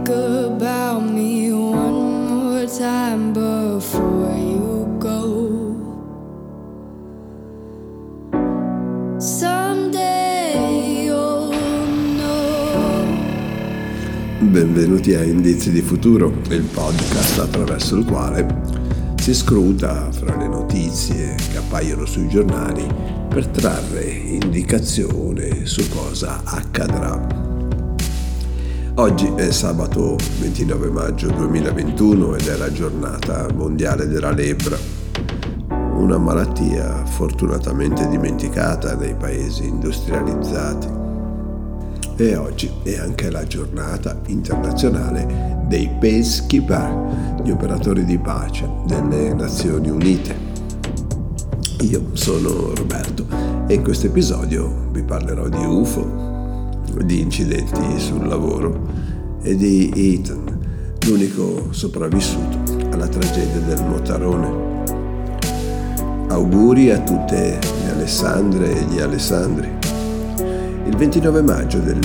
think about me one more time before you go. Someday you'll know. Benvenuti a Indizi di Futuro, il podcast attraverso il quale si scruta fra le notizie che appaiono sui giornali per trarre indicazione su cosa accadrà. Oggi è sabato 29 maggio 2021 ed è la giornata mondiale della lebbra, una malattia fortunatamente dimenticata nei paesi industrializzati. E oggi è anche la giornata internazionale dei peacekeeper, gli operatori di pace delle Nazioni Unite. Io sono Roberto e in questo episodio vi parlerò di UFO, di incidenti sul lavoro e di Ethan, l'unico sopravvissuto alla tragedia del Motarone. Auguri a tutte le Alessandre e gli Alessandri. Il 29 maggio del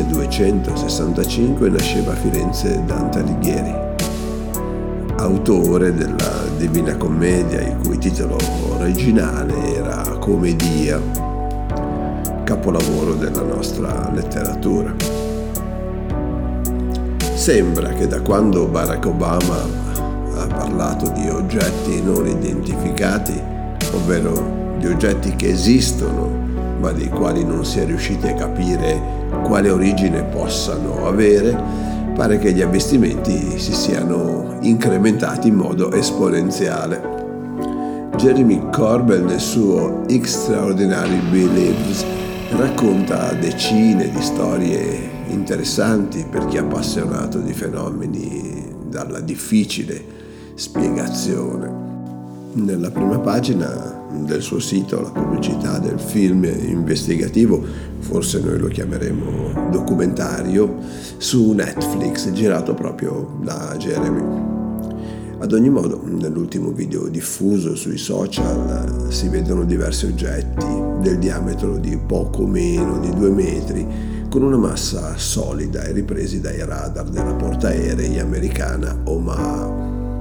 1265 nasceva a Firenze Dante Alighieri, autore della Divina Commedia, il cui titolo originale era Commedia, capolavoro della nostra letteratura. Sembra che da quando Barack Obama ha parlato di oggetti non identificati, ovvero di oggetti che esistono ma dei quali non si è riusciti a capire quale origine possano avere, pare che gli avvistimenti si siano incrementati in modo esponenziale. Jeremy Corbell nel suo Extraordinary Beliefs racconta decine di storie interessanti per chi è appassionato di fenomeni dalla difficile spiegazione. Nella prima pagina del suo sito, la pubblicità del film investigativo, forse noi lo chiameremo documentario, su Netflix, girato proprio da Jeremy. Ad ogni modo, nell'ultimo video diffuso sui social si vedono diversi oggetti del diametro di poco meno di 2 metri, con una massa solida e ripresi dai radar della portaerei americana Omaha.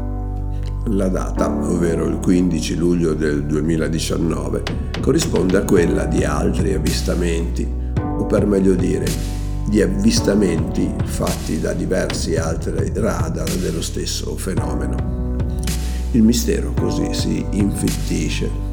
La data, ovvero il 15 luglio del 2019, corrisponde a quella di altri avvistamenti, o per meglio dire, di avvistamenti fatti da diversi altri radar dello stesso fenomeno. Il mistero così si infittisce.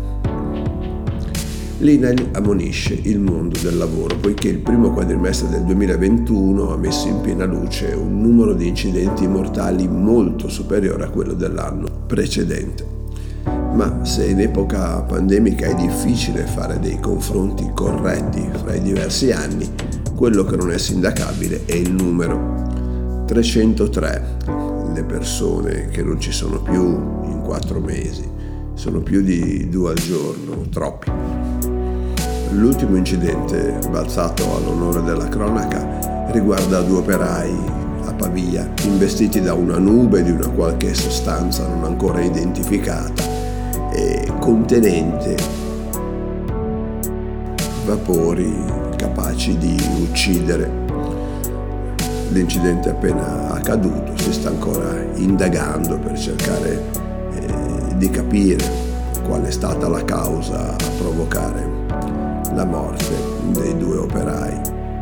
L'INAIL ammonisce il mondo del lavoro poiché il primo quadrimestre del 2021 ha messo in piena luce un numero di incidenti mortali molto superiore a quello dell'anno precedente. Ma se in epoca pandemica è difficile fare dei confronti corretti fra i diversi anni, quello che non è sindacabile è il numero. 303 le persone che non ci sono più in 4 mesi, sono più di 2 al giorno, troppi. L'ultimo incidente balzato all'onore della cronaca riguarda 2 operai a Pavia investiti da una nube di una qualche sostanza non ancora identificata e contenente vapori capaci di uccidere. L'incidente è appena accaduto, si sta ancora indagando per cercare di capire qual è stata la causa a provocare la morte dei 2 operai.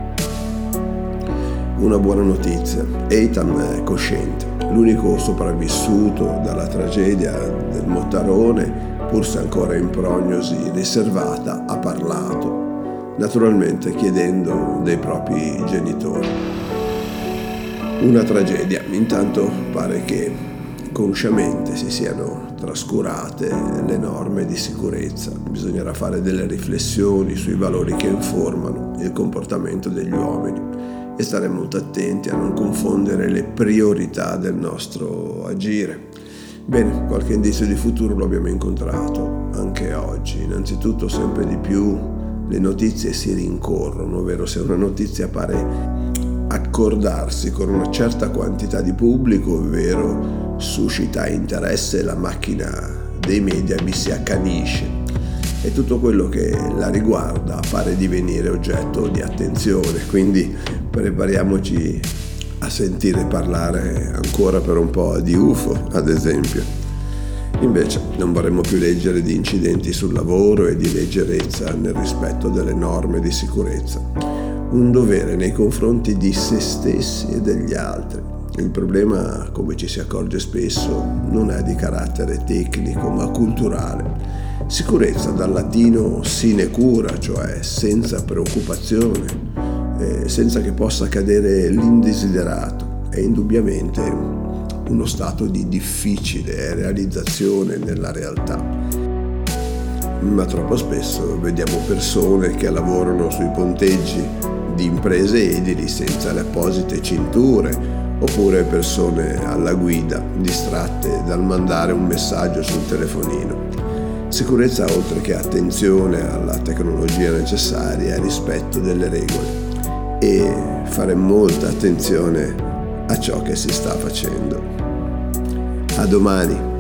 Una buona notizia: Ethan è cosciente, l'unico sopravvissuto dalla tragedia del Mottarone, pur se ancora in prognosi riservata, ha parlato, naturalmente chiedendo dei propri genitori. Una tragedia, intanto pare che consciamente si siano trascurate le norme di sicurezza. Bisognerà fare delle riflessioni sui valori che informano il comportamento degli uomini e stare molto attenti a non confondere le priorità del nostro agire. Bene, qualche indizio di futuro lo abbiamo incontrato anche oggi. Innanzitutto, sempre di più le notizie si rincorrono, ovvero se una notizia pare accordarsi con una certa quantità di pubblico, ovvero suscita interesse, la macchina dei media vi si accanisce e tutto quello che la riguarda pare divenire oggetto di attenzione. Quindi prepariamoci a sentire parlare ancora per un po' di UFO, ad esempio. Invece non vorremmo più leggere di incidenti sul lavoro e di leggerezza nel rispetto delle norme di sicurezza. Un dovere nei confronti di se stessi e degli altri. Il problema, come ci si accorge spesso, non è di carattere tecnico ma culturale. Sicurezza dal latino sine cura, cioè senza preoccupazione, senza che possa accadere l'indesiderato, è indubbiamente uno stato di difficile realizzazione nella realtà. Ma troppo spesso vediamo persone che lavorano sui ponteggi di imprese edili senza le apposite cinture, oppure persone alla guida distratte dal mandare un messaggio sul telefonino. Sicurezza oltre che attenzione alla tecnologia necessaria e rispetto delle regole, e fare molta attenzione a ciò che si sta facendo. A domani!